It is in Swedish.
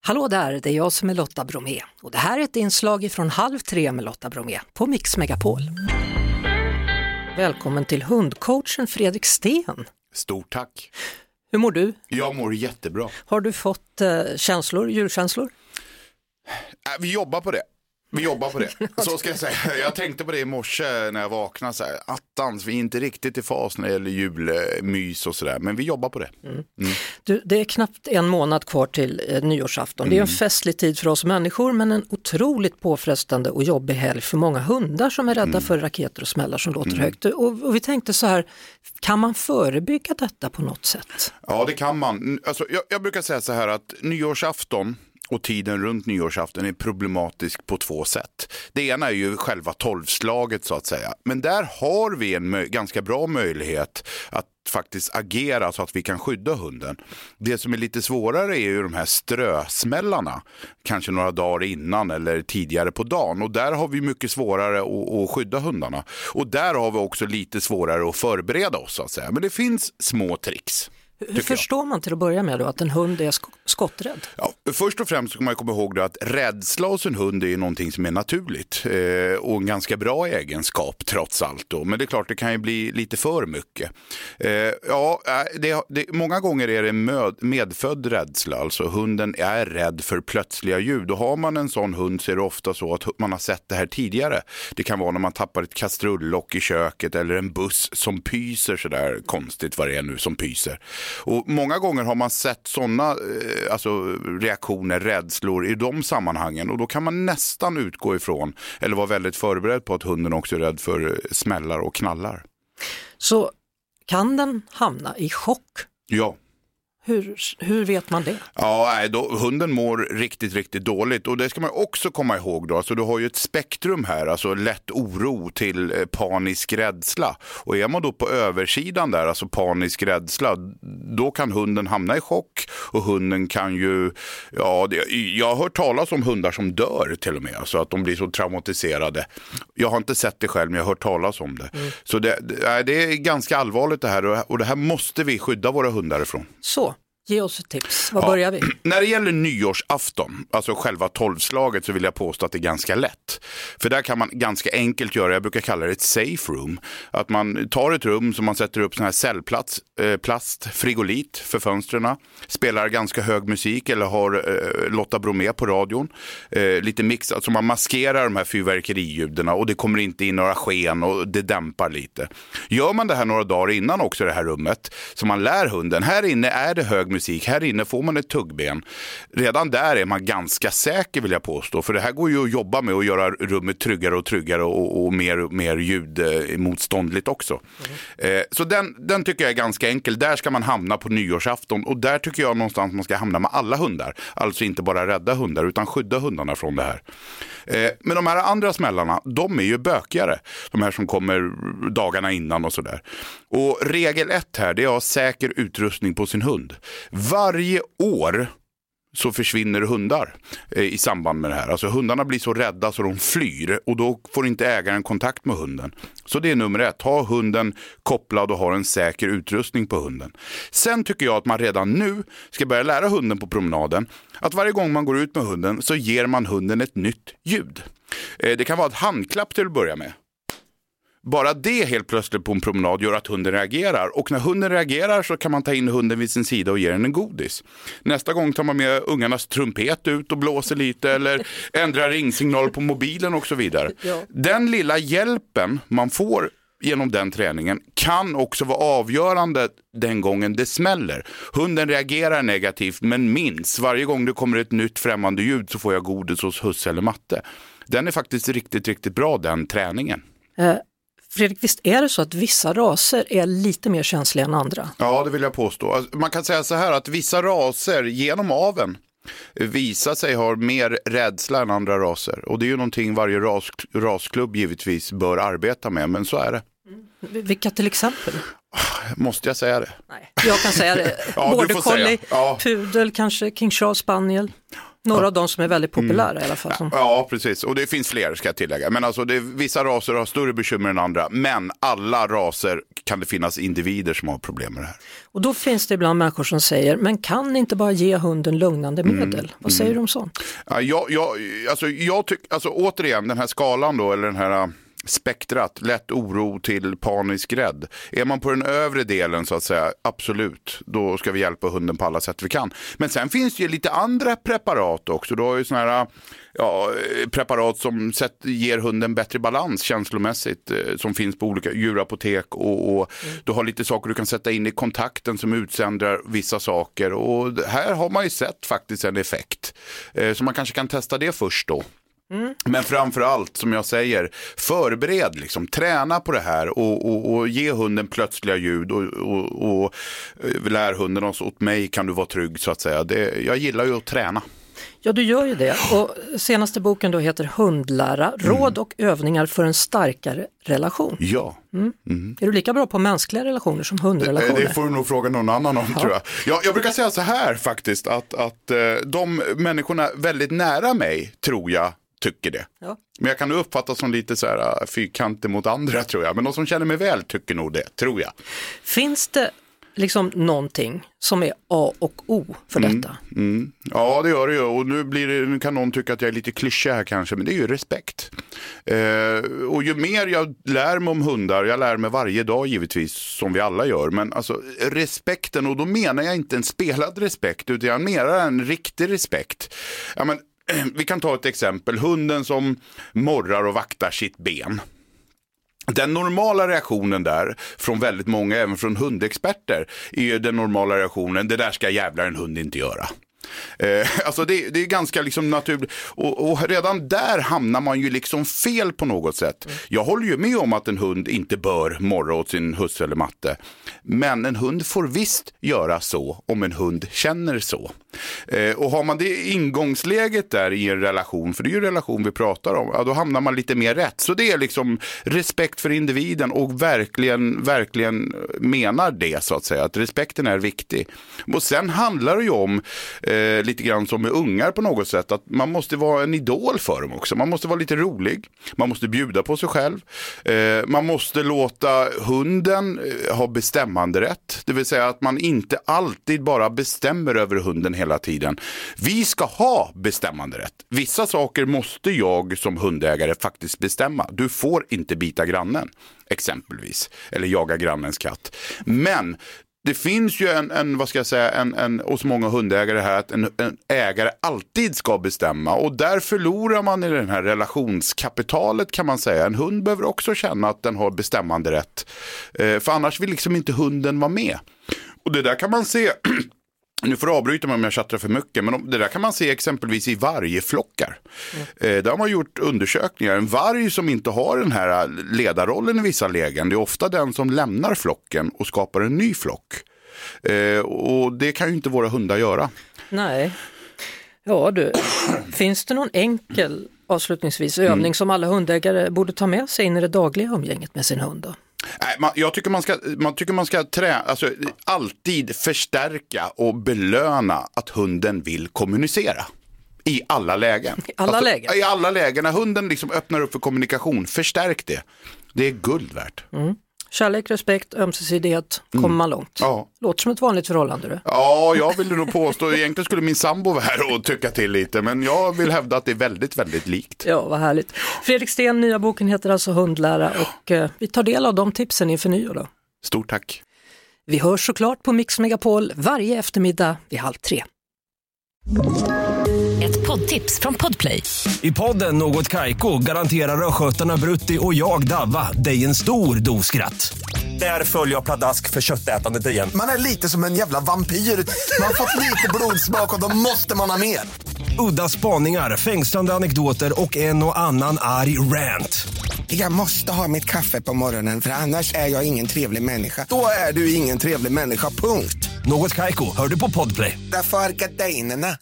Hallå där, det är jag som är Lotta Bromé och det här är ett inslag från 2:30 med Lotta Bromé på Mix Megapol. Välkommen till hundcoachen Fredrik Sten. Stort tack. Hur mår du? Jag mår jättebra. Har du fått djurkänslor? Vi jobbar på det. Så ska jag säga. Jag tänkte på det i morse när jag vaknade så här. Attans, vi är inte riktigt i fas när det gäller julmys och sådär. Men vi jobbar på det. Du, det är knappt en månad kvar till nyårsafton. Det är en festlig tid för oss människor men en otroligt påfrestande och jobbig helg för många hundar som är rädda för raketer och smällar som låter högt. Och vi tänkte så här, kan man förebygga detta på något sätt? Ja, det kan man. Alltså, jag brukar säga så här att nyårsafton och tiden runt nyårsafton är problematisk på två sätt. Det ena är ju själva 12-slaget så att säga. Men där har vi en ganska bra möjlighet att faktiskt agera så att vi kan skydda hunden. Det som är lite svårare är ju de här strösmällarna. Kanske några dagar innan eller tidigare på dagen. Och där har vi mycket svårare att skydda hundarna. Och där har vi också lite svårare att förbereda oss så att säga. Men det finns små tricks. Hur förstår man till att börja med då att en hund är skotträdd? Ja, först och främst ska man komma ihåg då att rädsla hos en hund är någonting som är naturligt och en ganska bra egenskap trots allt då. Men det är klart det kan ju bli lite för mycket. Många gånger är det medfödd rädsla, alltså hunden är rädd för plötsliga ljud. Och har man en sån hund så är det ofta så att man har sett det här tidigare. Det kan vara när man tappar ett kastrullock i köket eller en buss som pyser sådär konstigt vad det är nu som pyser. Och många gånger har man sett sådana reaktioner, rädslor i de sammanhangen och då kan man nästan utgå ifrån eller vara väldigt förberedd på att hunden också är rädd för smällar och knallar. Så kan den hamna i chock? Ja. Hur vet man det? Ja, hunden mår riktigt, riktigt dåligt och det ska man också komma ihåg då. Alltså, du har ju ett spektrum här, alltså lätt oro till panisk rädsla. Och är man då på översidan där, alltså panisk rädsla, då kan hunden hamna i chock och hunden kan ju, jag har hört talas om hundar som dör till och med, alltså att de blir så traumatiserade. Jag har inte sett det själv men jag har hört talas om det. Så det är ganska allvarligt det här och det här måste vi skydda våra hundar ifrån. Så. Ge oss ett tips. Var börjar vi? När det gäller nyårsafton, alltså själva 12-slaget, så vill jag påstå att det är ganska lätt. För där kan man ganska enkelt göra, jag brukar kalla det ett safe room. Att man tar ett rum som man sätter upp sån här cellplast, frigolit för fönstren, spelar ganska hög musik eller har Lotta Bromé på radion. Lite mix, alltså man maskerar de här fyrverkeriljuden och det kommer inte in några sken och det dämpar lite. Gör man det här några dagar innan också det här rummet, så man lär hunden, här inne är det hög musik, här inne får man ett tuggben. Redan där är man ganska säker vill jag påstå, för det här går ju att jobba med och göra rummet tryggare och tryggare och mer ljudmotståndligt också. Så den tycker jag är ganska enkel. Där ska man hamna på nyårsafton och där tycker jag någonstans man ska hamna med alla hundar. Alltså inte bara rädda hundar utan skydda hundarna från det här. Men de här andra smällarna, de är ju bökigare. De här som kommer dagarna innan och sådär. Och regel 1 här, det är att ha säker utrustning på sin hund. Varje år så försvinner hundar i samband med det här. Alltså hundarna blir så rädda så de flyr och då får inte ägaren kontakt med hunden. Så det är nummer 1. Ha hunden kopplad och ha en säker utrustning på hunden. Sen tycker jag att man redan nu ska börja lära hunden på promenaden att varje gång man går ut med hunden så ger man hunden ett nytt ljud. Det kan vara ett handklapp till att börja med. Bara det helt plötsligt på en promenad gör att hunden reagerar. Och när hunden reagerar så kan man ta in hunden vid sin sida och ge den en godis. Nästa gång tar man med ungarnas trumpet ut och blåser lite eller ändrar ringsignal på mobilen och så vidare. Ja. Den lilla hjälpen man får genom den träningen kan också vara avgörande den gången det smäller. Hunden reagerar negativt men minns varje gång det kommer ett nytt främmande ljud så får jag godis hos husse eller matte. Den är faktiskt riktigt, riktigt bra den träningen. Fredrik, visst är det så att vissa raser är lite mer känsliga än andra? Ja, det vill jag påstå. Man kan säga så här att vissa raser genom aveln visar sig ha mer rädsla än andra raser. Och det är ju någonting varje rasklubb givetvis bör arbeta med, men så är det. Vilka till exempel? Måste jag säga det? Nej, jag kan säga det. Ja, Border collie, pudel, kanske King Charles Spaniel. Några av de som är väldigt populära i alla fall. Ja, precis. Och det finns fler ska jag tillägga. Men alltså vissa raser har större bekymmer än andra. Men alla raser kan det finnas individer som har problem med det här. Och då finns det ibland människor som säger, men kan ni inte bara ge hunden lugnande medel? Vad säger du om sånt? Jag tycker, återigen, den här skalan då, eller den här spektrat, lätt oro till panisk rädd. Är man på den övre delen så att säga, absolut, då ska vi hjälpa hunden på alla sätt vi kan. Men sen finns det ju lite andra preparat också. Då är ju såna här preparat som ger hunden bättre balans känslomässigt, som finns på olika djurapotek och du har lite saker du kan sätta in i kontakten som utsänder vissa saker, och här har man ju sett faktiskt en effekt. Så man kanske kan testa det först då. Men framförallt, som jag säger, förbered, liksom, träna på det här och ge hunden plötsliga ljud och lär hunden oss, åt mig kan du vara trygg så att säga. Jag gillar ju att träna. Ja, du gör ju det. Och senaste boken då heter Hundlära, råd och övningar för en starkare relation. Ja. Är du lika bra på mänskliga relationer som hundrelationer? Det får du nog fråga någon annan om, tror jag. Jag brukar säga så här faktiskt, att de människorna väldigt nära mig, tror jag, tycker det. Ja. Men jag kan uppfatta som lite så här fyrkantig mot andra, tror jag. Men de som känner mig väl tycker nog det, tror jag. Finns det liksom någonting som är A och O för detta? Ja, det gör det ju. Och nu kan någon tycka att jag är lite klyschig här kanske, men det är ju respekt. Och ju mer jag lär mig om hundar, jag lär mig varje dag givetvis, som vi alla gör, men alltså respekten, och då menar jag inte en spelad respekt, utan jag menar en riktig respekt. Ja, men vi kan ta ett exempel. Hunden som morrar och vaktar sitt ben. Den normala reaktionen där, från väldigt många, även från hundexperter, är ju den normala reaktionen: det där ska jävlar en hund inte göra. Alltså det är ganska liksom naturligt, och redan där hamnar man ju liksom fel på något sätt. Jag håller ju med om att en hund inte bör morra åt sin husse eller matte, men en hund får visst göra så om en hund känner så. Och har man det ingångsläget där i en relation, för det är ju relation vi pratar om, ja, då hamnar man lite mer rätt. Så det är liksom respekt för individen, och verkligen menar det, så att säga, att respekten är viktig. Och sen handlar det ju om lite grann som med ungar på något sätt, att man måste vara en idol för dem också. Man måste vara lite rolig, man måste bjuda på sig själv, man måste låta hunden ha bestämmande rätt, det vill säga att man inte alltid bara bestämmer över hunden hela tiden. Vi ska ha bestämmande rätt. Vissa saker måste jag som hundägare faktiskt bestämma. Du får inte bita grannen, exempelvis, eller jaga grannens katt. Men det finns ju en hos många hundägare här, att en ägare alltid ska bestämma, och där förlorar man i den här relationskapitalet, kan man säga. En hund behöver också känna att den har bestämmande rätt, för annars vill liksom inte hunden vara med. Och det där kan man se nu får du avbryta mig om jag chattar för mycket, men det där kan man se exempelvis i vargflockar. Där har man gjort undersökningar. En varg som inte har den här ledarrollen i vissa lägen, det är ofta den som lämnar flocken och skapar en ny flock. Och det kan ju inte våra hundar göra. Nej. Ja du, finns det någon enkel avslutningsvis övning som alla hundägare borde ta med sig in i det dagliga umgänget med sin hund då? Jag tycker man ska alltid förstärka och belöna att hunden vill kommunicera. I alla lägen. I alla lägen. När hunden liksom öppnar upp för kommunikation, förstärk det. Det är guld värt. Kärlek, respekt, ömsesidighet, kommer man långt. Ja. Låter som ett vanligt förhållande du. Ja, jag vill nog påstå, egentligen skulle min sambo vara här och tycka till lite, men jag vill hävda att det är väldigt, väldigt likt. Ja, vad härligt. Fredrik Sten, nya boken heter alltså Hundlära, och vi tar del av de tipsen inför nyår då. Stort tack. Vi hörs såklart på Mix Megapol varje eftermiddag vid 14:30. Ett poddtips från Podplay. I podden Något Kaiko garanterar röskötarna Brutti och jag Davva dig en stor doskratt. Där följer jag pladask för köttätandet igen. Man är lite som en jävla vampyr. Man har fått lite blodsmak och då måste man ha mer. Udda spaningar, fängslande anekdoter och en och annan arg rant. Jag måste ha mitt kaffe på morgonen, för annars är jag ingen trevlig människa. Då är du ingen trevlig människa, punkt. Något Kaiko, hör du på Podplay. Därför är gardinerna.